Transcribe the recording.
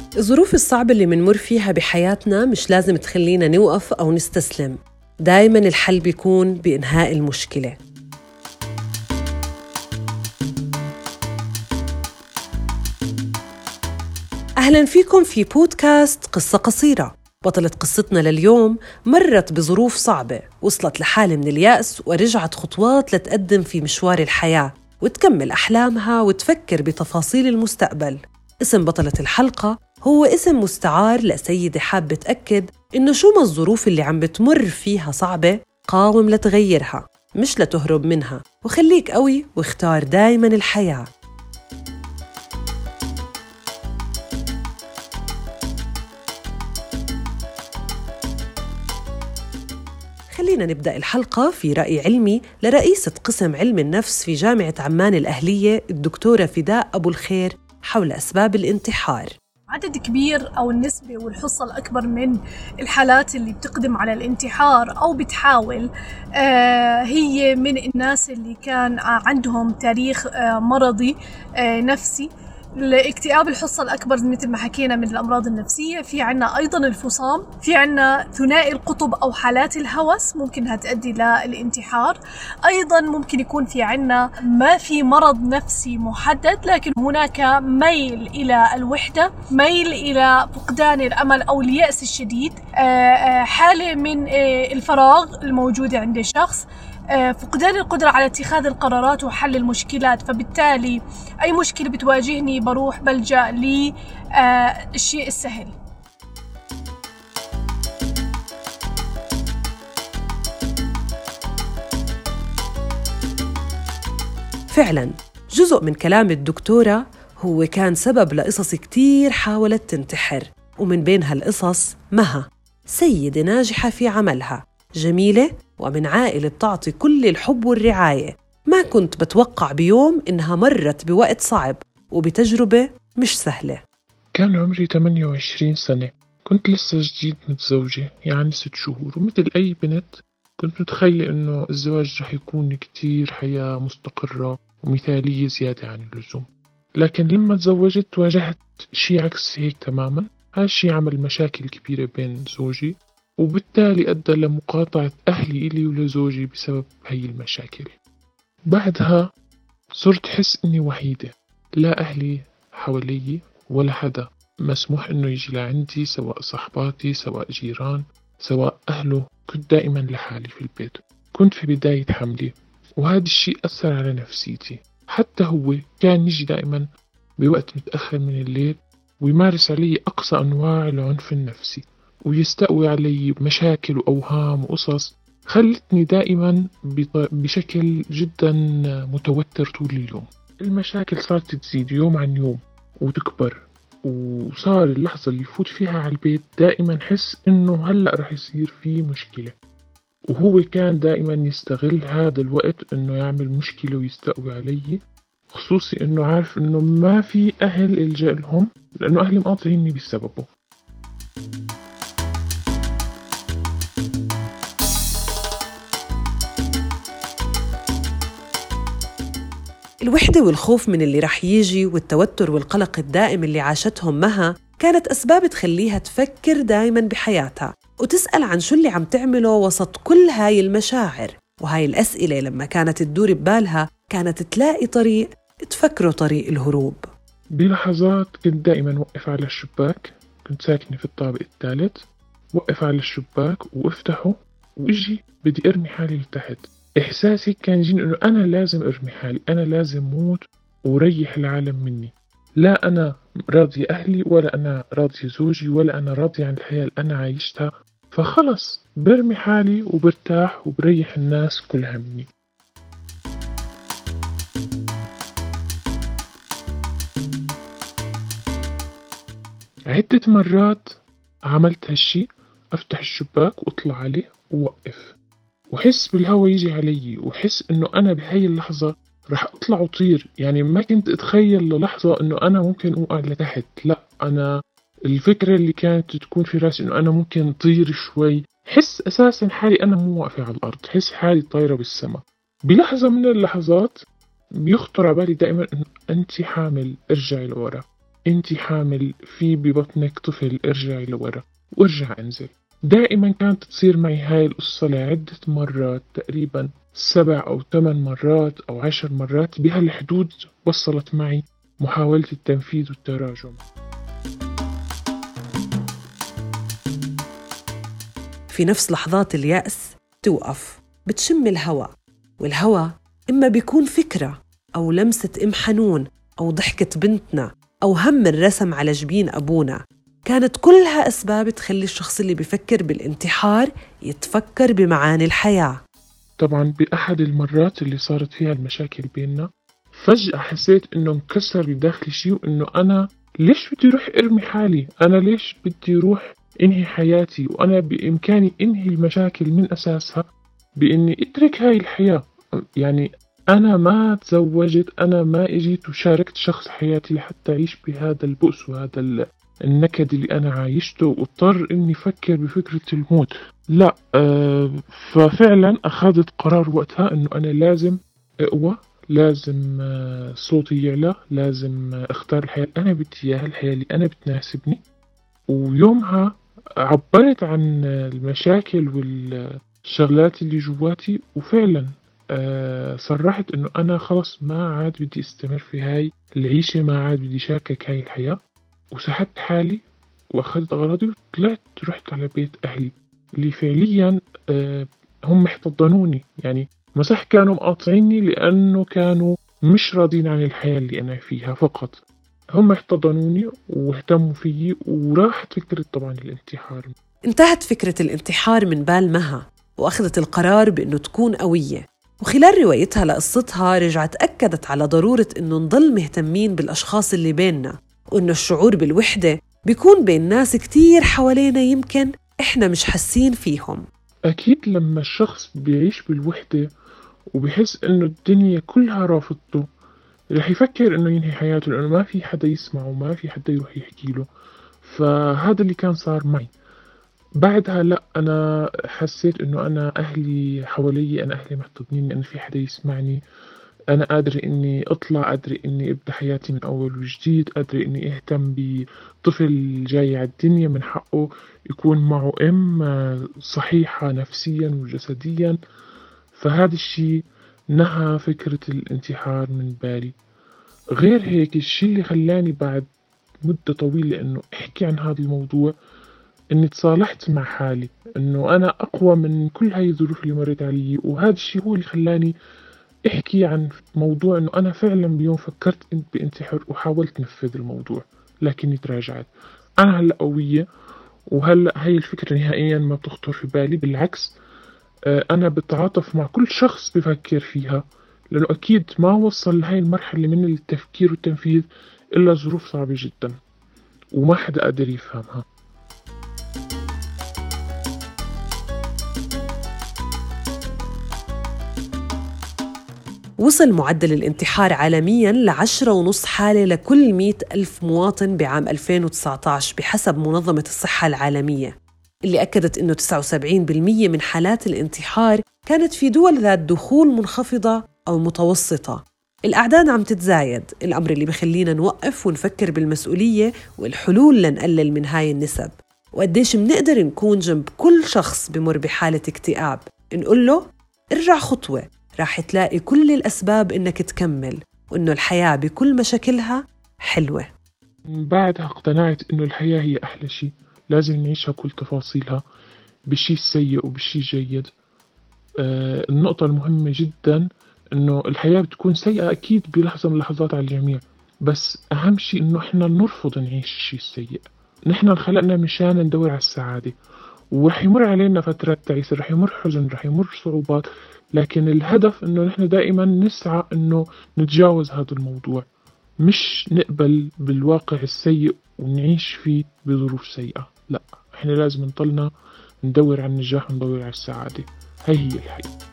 الظروف الصعبة اللي منمر فيها بحياتنا مش لازم تخلينا نوقف أو نستسلم. دايماً الحل بيكون بإنهاء المشكلة. أهلاً فيكم في بودكاست قصة قصيرة. بطلة قصتنا لليوم مرت بظروف صعبة، وصلت لحالة من اليأس ورجعت خطوات لتقدم في مشوار الحياة وتكمل أحلامها وتفكر بتفاصيل المستقبل. اسم بطلة الحلقة هو اسم مستعار لسيدة حابة تأكد إنه شو ما الظروف اللي عم بتمر فيها صعبة، قاوم لتغيرها مش لتهرب منها، وخليك قوي واختار دايماً الحياة. خلينا نبدأ الحلقة في رأي علمي لرئيسة قسم علم النفس في جامعة عمان الأهلية الدكتورة فداء أبو الخير حول أسباب الانتحار. عدد كبير أو النسبة والحصة الأكبر من الحالات اللي بتقدم على الانتحار أو بتحاول هي من الناس اللي كان عندهم تاريخ مرضي نفسي. الاكتئاب الحصة الأكبر مثل ما حكينا من الأمراض النفسية. في عنا أيضاً الفصام، في عنا ثنائي القطب أو حالات الهوس ممكنها تؤدي للانتحار. أيضاً ممكن يكون في عنا ما في مرض نفسي محدد، لكن هناك ميل إلى الوحدة، ميل إلى فقدان الأمل أو اليأس الشديد، حالة من الفراغ الموجودة عند الشخص، فقدان القدرة على اتخاذ القرارات وحل المشكلات. فبالتالي أي مشكلة بتواجهني بروح بلجأ للشيء السهل. فعلاً جزء من كلام الدكتورة هو كان سبب لقصص كتير حاولت تنتحر، ومن بين هالقصص مها، سيدة ناجحة في عملها، جميلة ومن عائلة بتعطي كل الحب والرعاية. ما كنت بتوقع بيوم إنها مرت بوقت صعب وبتجربة مش سهلة. كان عمري 28 سنة، كنت لسه جديد متزوجة، يعني 6 شهور، ومثل أي بنت كنت متخيلة إنه الزواج رح يكون كتير حياة مستقرة ومثالية زيادة عن اللزوم. لكن لما تزوجت واجهت شي عكس هيك تماما. هالشي عمل مشاكل كبيرة بين زوجي، وبالتالي أدى لمقاطعة أهلي إلي ولزوجي بسبب هاي المشاكل. بعدها صرت حس إني وحيدة، لا أهلي حوالي ولا حدا مسموح إنه يجي لعندي، سواء صحباتي سواء جيران سواء أهله. كنت دائما لحالي في البيت. كنت في بداية حملي، وهذا الشيء أثر على نفسيتي. حتى هو كان يجي دائما بوقت متأخر من الليل ويمارس علي أقصى أنواع العنف النفسي، ويستقوي علي مشاكل وأوهام وقصص خلتني دائما بشكل جدا متوتر طول اليوم. المشاكل صارت تزيد يوم عن يوم وتكبر، وصار اللحظة اللي يفوت فيها على البيت دائما حس إنه هلأ رح يصير في مشكلة. وهو كان دائما يستغل هذا الوقت إنه يعمل مشكلة ويستقوي علي، خصوصي إنه عارف إنه ما في أهل إلجأ لهم، لأنه أهلي مقاطعيني بسببه. الوحدة والخوف من اللي رح يجي والتوتر والقلق الدائم اللي عاشتهم مها كانت أسباب تخليها تفكر دايماً بحياتها وتسأل عن شو اللي عم تعمله وسط كل هاي المشاعر. وهاي الأسئلة لما كانت تدور ببالها كانت تلاقي طريق تفكره طريق الهروب. بلحظات كنت دائما وقف على الشباك، كنت ساكنة في الطابق الثالث، وقف على الشباك وافتحه وإجي بدي أرمي حالي لتحت. إحساسي كان يجيني إنه أنا لازم أرمي حالي، أنا لازم موت وريح العالم مني. لا أنا راضي أهلي، ولا أنا راضي زوجي، ولا أنا راضي عن الحياة اللي أنا عايشتها. فخلص برمي حالي وبرتاح وبريح الناس كلها مني. عدة مرات عملت هالشي، أفتح الشباك وأطلع عليه ووقف وحس بالهواء يجي علي، وحس إنه أنا بهاي اللحظة رح أطلع وطير. يعني ما كنت أتخيل للحظة إنه أنا ممكن أوقع لتحت، لا، أنا الفكرة اللي كانت تكون في راسي إنه أنا ممكن طير شوي. حس أساسا حالي أنا مو واقفة على الأرض، حس حالي طايرة بالسماء. بلحظة من اللحظات بيخطر على بالي دائما إنه أنت حامل، ارجعي لورا، أنت حامل في ببطنك طفل، ارجعي لورا وارجع انزل. دائما كانت تصير معي هاي القصة لعدة مرات، تقريبا 7 أو 8 مرات أو 10 مرات بهالحدود وصلت معي محاولة التنفيذ والتراجع. في نفس لحظات اليأس توقف بتشم الهواء، والهواء إما بيكون فكرة أو لمسة أم حنون أو ضحكة بنتنا أو هم الرسم على جبين أبونا. كانت كلها أسباب تخلي الشخص اللي بيفكر بالانتحار يتفكر بمعاني الحياة. طبعا بأحد المرات اللي صارت فيها المشاكل بيننا فجأة حسيت إنه انكسر بداخلي شيء، وإنه أنا ليش بدي روح أرمي حالي؟ أنا ليش بدي روح انهي حياتي وأنا بإمكاني انهي المشاكل من أساسها بإني اترك هاي الحياة؟ يعني أنا ما تزوجت، أنا ما اجيت وشاركت شخص حياتي لحتى أعيش بهذا البؤس وهذا النكد اللي أنا عايشته واضطر إني أفكر بفكرة الموت. لا ففعلا أخذت قرار وقتها إنه أنا لازم أقوى، لازم صوتي يعلى، لازم أختار الحياة اللي أنا بدي إياها، الحياة اللي أنا بتناسبني. ويومها عبرت عن المشاكل والشغلات اللي جواتي، وفعلا صرحت إنه أنا خلص ما عاد بدي استمر في هاي العيشة، ما عاد بدي شاركك هاي الحياة. وسحبت حالي وأخذت أغراضي وطلعت رحت على بيت أهلي اللي فعليا هم احتضنوني. يعني مسح كانوا مقاطعيني لأنه كانوا مش راضين عن الحياة اللي أنا فيها فقط، هم احتضنوني واهتموا فيي. وراحت فكرة طبعا الانتحار. انتهت فكرة الانتحار من بال مها وأخذت القرار بأنه تكون قوية. وخلال روايتها لقصتها رجعت أكدت على ضرورة أنه نضل مهتمين بالأشخاص اللي بيننا، وأنه الشعور بالوحدة بيكون بين ناس كتير حوالينا يمكن إحنا مش حاسين فيهم. أكيد لما الشخص بيعيش بالوحدة وبيحس إنه الدنيا كلها رافضته رح يفكر إنه ينهي حياته، لأنه ما في حدا يسمعه وما في حدا يروح يحكي له. فهذا اللي كان صار معي. بعدها لا، أنا حسيت إنه أنا أهلي حوالي، أنا أهلي محتضنين، أنا في حدا يسمعني، أنا قادر إني أطلع، قادر إني أبدأ حياتي من أول وجديد، قادر إني أهتم بطفل جاي على الدنيا من حقه يكون معه صحيحة نفسيا وجسديا. فهذا الشيء نهى فكرة الانتحار من بالي. غير هيك الشيء اللي خلاني بعد مدة طويلة إنه أحكي عن هذا الموضوع، إني تصالحت مع حالي إنه أنا أقوى من كل هاي الظروف اللي مريت علي. وهذا الشيء هو اللي خلاني احكي عن موضوع انه انا فعلا بيوم فكرت بانتحار وحاولت نفذ الموضوع لكني تراجعت. انا هلا قوية، وهلا هاي الفكرة نهائيا ما بتخطر في بالي. بالعكس انا بتعاطف مع كل شخص بفكر فيها، لانه اكيد ما وصل لهاي المرحلة من التفكير والتنفيذ الا ظروف صعبة جدا وما حدا قادر يفهمها. وصل معدل الانتحار عالمياً ل10.5 حالة لكل 100,000 مواطن بعام 2019 بحسب منظمة الصحة العالمية، اللي أكدت أنه 79% من حالات الانتحار كانت في دول ذات دخول منخفضة أو متوسطة. الأعداد عم تتزايد، الأمر اللي بخلينا نوقف ونفكر بالمسؤولية والحلول لنقلل من هاي النسب. وقديش منقدر نكون جنب كل شخص بمر بحالة اكتئاب، نقول له ارجع خطوة، راح تلاقي كل الأسباب إنك تكمل، وإنه الحياة بكل مشاكلها حلوة. بعدها اقتنعت إنه الحياة هي أحلى شيء، لازم نعيشها كل تفاصيلها، بالشيء السيء وبالشيء الجيد. النقطة المهمة جدا إنه الحياة بتكون سيئة أكيد بلحظة من اللحظات على الجميع، بس أهم شيء إنه إحنا نرفض نعيش الشيء السيء. نحن خلقنا مشان ندور على السعادة، ورح يمر علينا فترات تعيسة، رح يمر حزن، رح يمر صعوبات، لكن الهدف إنه نحن دائما نسعى إنه نتجاوز هذا الموضوع، مش نقبل بالواقع السيء ونعيش فيه بظروف سيئة. لا، إحنا لازم نضلنا ندور على النجاح وندور على السعادة. هي الحياة.